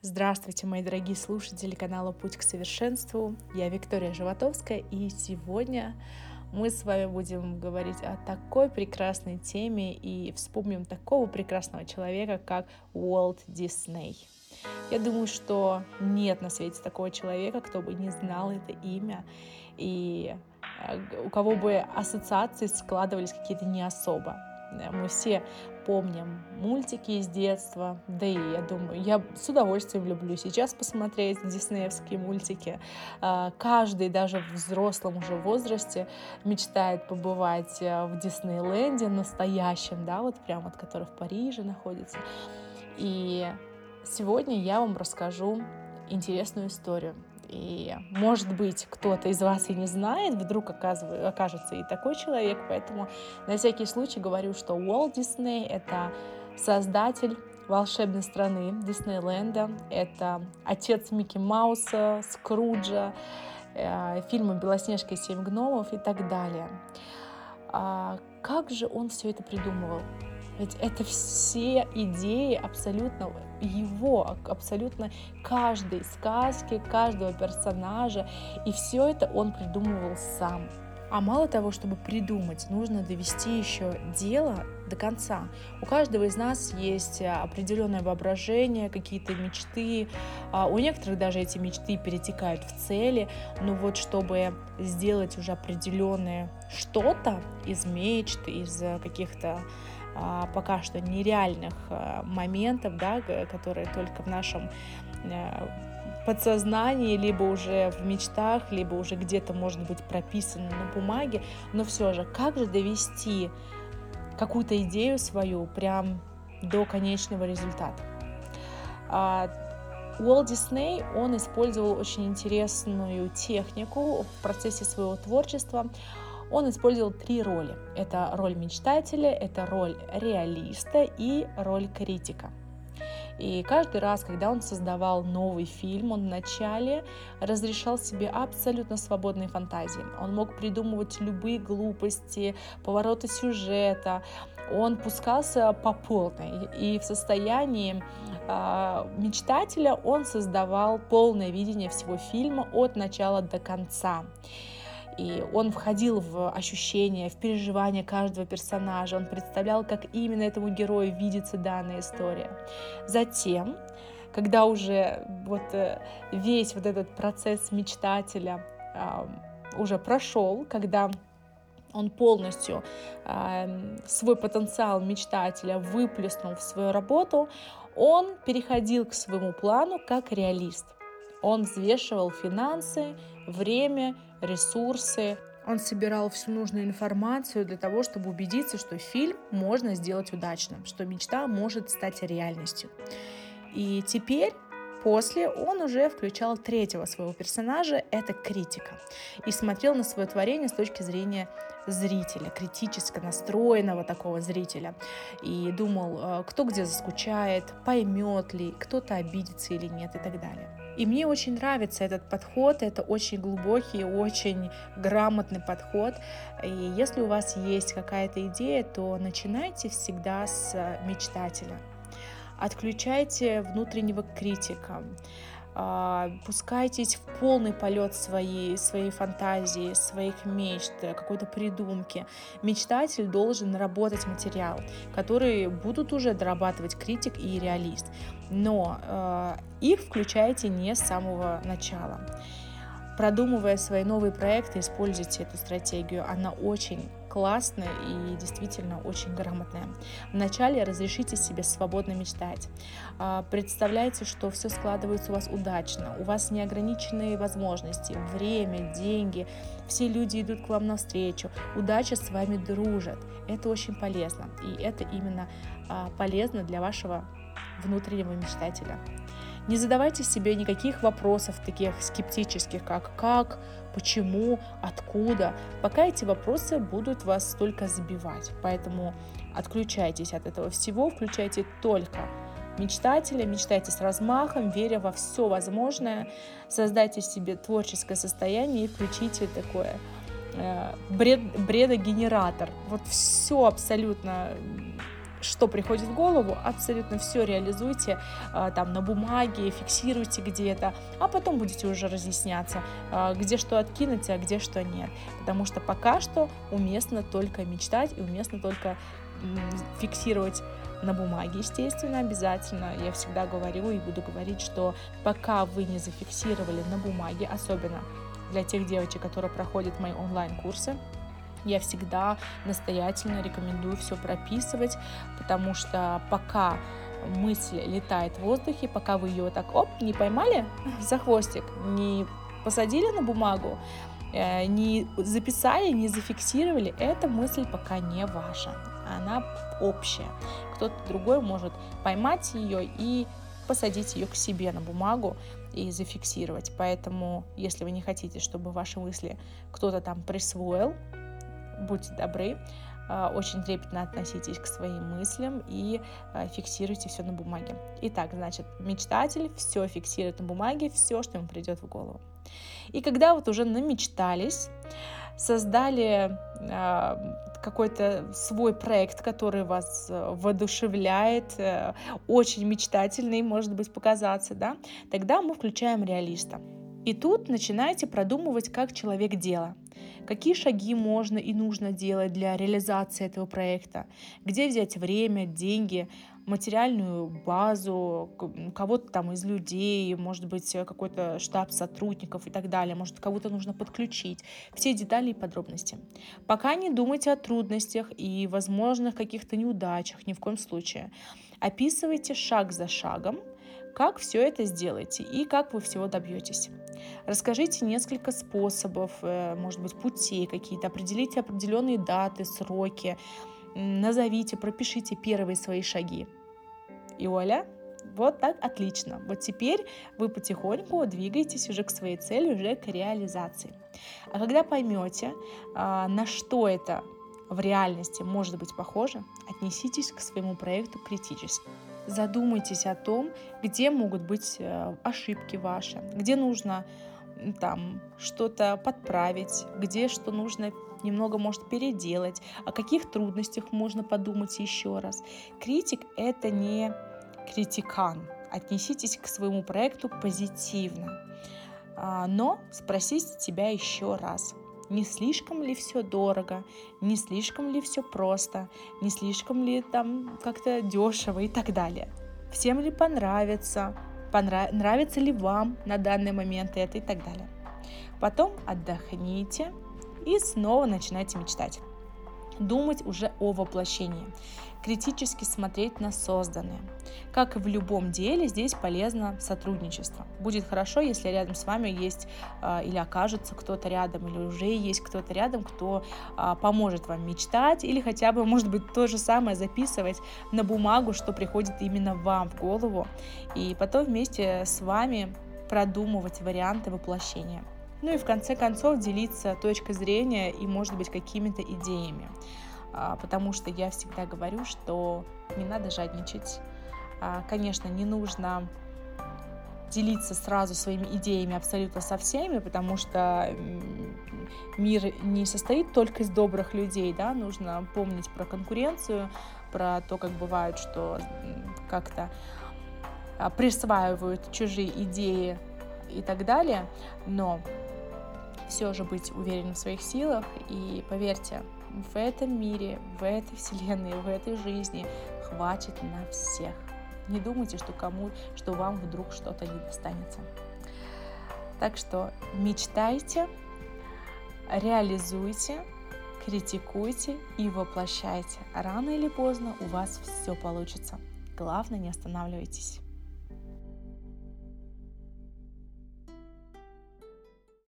Здравствуйте, мои дорогие слушатели канала «Путь к совершенству». Я Виктория Животовская, и сегодня мы с вами будем говорить о такой прекрасной теме и вспомним такого прекрасного человека, как Уолт Дисней. Я думаю, что нет на свете такого человека, кто бы не знал это имя, и у кого бы ассоциации складывались какие-то не особо. Мы все помним мультики из детства, да и я думаю, я с удовольствием люблю сейчас посмотреть диснеевские мультики. Каждый, даже в взрослом уже возрасте, мечтает побывать в Диснейленде настоящем, да, вот прям вот, который в Париже находится. И сегодня я вам расскажу интересную историю. И, может быть, кто-то из вас и не знает, вдруг окажется и такой человек, поэтому на всякий случай говорю, что Уолт Дисней — это создатель волшебной страны Диснейленда, это отец Микки Мауса, Скруджа, фильма «Белоснежка и семь гномов» и так далее. Как же он все это придумывал? Ведь это все идеи абсолютно его, абсолютно каждой сказки, каждого персонажа. И все это он придумывал сам. А мало того, чтобы придумать, нужно довести еще дело до конца. У каждого из нас есть определенное воображение, какие-то мечты. У некоторых даже эти мечты перетекают в цели. Но вот чтобы сделать уже определенное что-то из мечт, из каких-то пока что нереальных моментов, да, которые только в нашем подсознании, либо уже в мечтах, либо уже где-то, может быть, прописаны на бумаге, но все же, как же довести какую-то идею свою прям до конечного результата? Уолт Дисней, он использовал очень интересную технику в процессе своего творчества. Он использовал 3 роли. Это роль мечтателя, это роль реалиста и роль критика. И каждый раз, когда он создавал новый фильм, он вначале разрешал себе абсолютно свободные фантазии. Он мог придумывать любые глупости, повороты сюжета. Он пускался по полной. И в состоянии мечтателя он создавал полное видение всего фильма от начала до конца. И он входил в ощущения, в переживания каждого персонажа. Он представлял, как именно этому герою видится данная история. Затем, когда уже весь вот этот процесс мечтателя уже прошел, когда он полностью свой потенциал мечтателя выплеснул в свою работу, он переходил к своему плану как реалист. Он взвешивал финансы, время, ресурсы. Он собирал всю нужную информацию для того, чтобы убедиться, что фильм можно сделать удачным, что мечта может стать реальностью. И теперь, после, он уже включал третьего своего персонажа, это критика, и смотрел на свое творение с точки зрения зрителя, критически настроенного такого зрителя, и думал, кто где заскучает, поймет ли, кто-то обидится или нет и так далее. И мне очень нравится этот подход, это очень глубокий, очень грамотный подход. И если у вас есть какая-то идея, то начинайте всегда с мечтателя. Отключайте внутреннего критика, пускайтесь в полный полет своей фантазии, своих мечт, какой-то придумки. Мечтатель должен наработать материал, который будут уже дорабатывать критик и реалист. Но их включайте не с самого начала. Продумывая свои новые проекты, используйте эту стратегию. Она очень классная и действительно очень грамотная. Вначале разрешите себе свободно мечтать. Представляйте, что все складывается у вас удачно, у вас неограниченные возможности, время, деньги, все люди идут к вам навстречу, удача с вами дружит. Это очень полезно, и это именно полезно для вашего внутреннего мечтателя. Не задавайте себе никаких вопросов таких скептических, как, почему, откуда, пока эти вопросы будут вас только забивать. Поэтому отключайтесь от этого всего, включайте только мечтателя, мечтайте с размахом, веря во все возможное, создайте себе творческое состояние и включите такое бредогенератор. Вот все абсолютно что приходит в голову, абсолютно все реализуйте там на бумаге, фиксируйте где-то, а потом будете уже разъясняться, где что откинуть, а где что нет. Потому что пока что уместно только мечтать и уместно только фиксировать на бумаге, естественно, обязательно. Я всегда говорю и буду говорить, что пока вы не зафиксировали на бумаге, особенно для тех девочек, которые проходят мои онлайн-курсы, я всегда настоятельно рекомендую все прописывать, потому что пока мысль летает в воздухе, пока вы ее так не поймали за хвостик, не посадили на бумагу, не записали, не зафиксировали, эта мысль пока не ваша, она общая. Кто-то другой может поймать ее и посадить ее к себе на бумагу и зафиксировать. Поэтому, если вы не хотите, чтобы ваши мысли кто-то там присвоил, будьте добры, очень трепетно относитесь к своим мыслям и фиксируйте все на бумаге. Итак, значит, мечтатель все фиксирует на бумаге, все, что ему придет в голову. И когда вот уже намечтались, создали какой-то свой проект, который вас воодушевляет, очень мечтательный, может быть, показаться, да, тогда мы включаем реалиста. И тут начинаете продумывать как человек дела. Какие шаги можно и нужно делать для реализации этого проекта, где взять время, деньги, материальную базу, кого-то там из людей, может быть, какой-то штаб сотрудников и так далее, может, кого-то нужно подключить, все детали и подробности. Пока не думайте о трудностях и возможных каких-то неудачах, ни в коем случае. Описывайте шаг за шагом, как все это сделаете и как вы всего добьетесь. Расскажите несколько способов, может быть, путей какие-то, определите определенные даты, сроки, назовите, пропишите первые свои шаги. И вуаля, вот так отлично. Вот теперь вы потихоньку двигаетесь уже к своей цели, уже к реализации. А когда поймете, на что это в реальности может быть похоже, отнеситесь к своему проекту критически. Задумайтесь о том, где могут быть ошибки ваши, где нужно там что-то подправить, где что нужно немного, может, переделать, о каких трудностях можно подумать еще раз. Критик — это не критикан. Отнеситесь к своему проекту позитивно, но спросите себя еще раз. Не слишком ли все дорого, не слишком ли все просто, не слишком ли там как-то дешево и так далее. Всем ли понравится, нравится ли вам на данный момент это и так далее. Потом отдохните и снова начинайте мечтать. Думать уже о воплощении, критически смотреть на созданное. Как и в любом деле, здесь полезно сотрудничество. Будет хорошо, если рядом с вами есть или окажется кто-то рядом, или уже есть кто-то рядом, кто поможет вам мечтать, или хотя бы, может быть, то же самое записывать на бумагу, что приходит именно вам в голову, и потом вместе с вами продумывать варианты воплощения. Ну и в конце концов делиться точкой зрения и, может быть, какими-то идеями. Потому что я всегда говорю, что не надо жадничать. Конечно, не нужно делиться сразу своими идеями абсолютно со всеми, потому что мир не состоит только из добрых людей, да, нужно помнить про конкуренцию, про то, как бывает, что как-то присваивают чужие идеи и так далее, но все же быть уверенным в своих силах, и поверьте, в этом мире, в этой вселенной, в этой жизни хватит на всех. Не думайте, что вам вдруг что-то не достанется. Так что мечтайте, реализуйте, критикуйте и воплощайте. Рано или поздно у вас все получится. Главное, не останавливайтесь.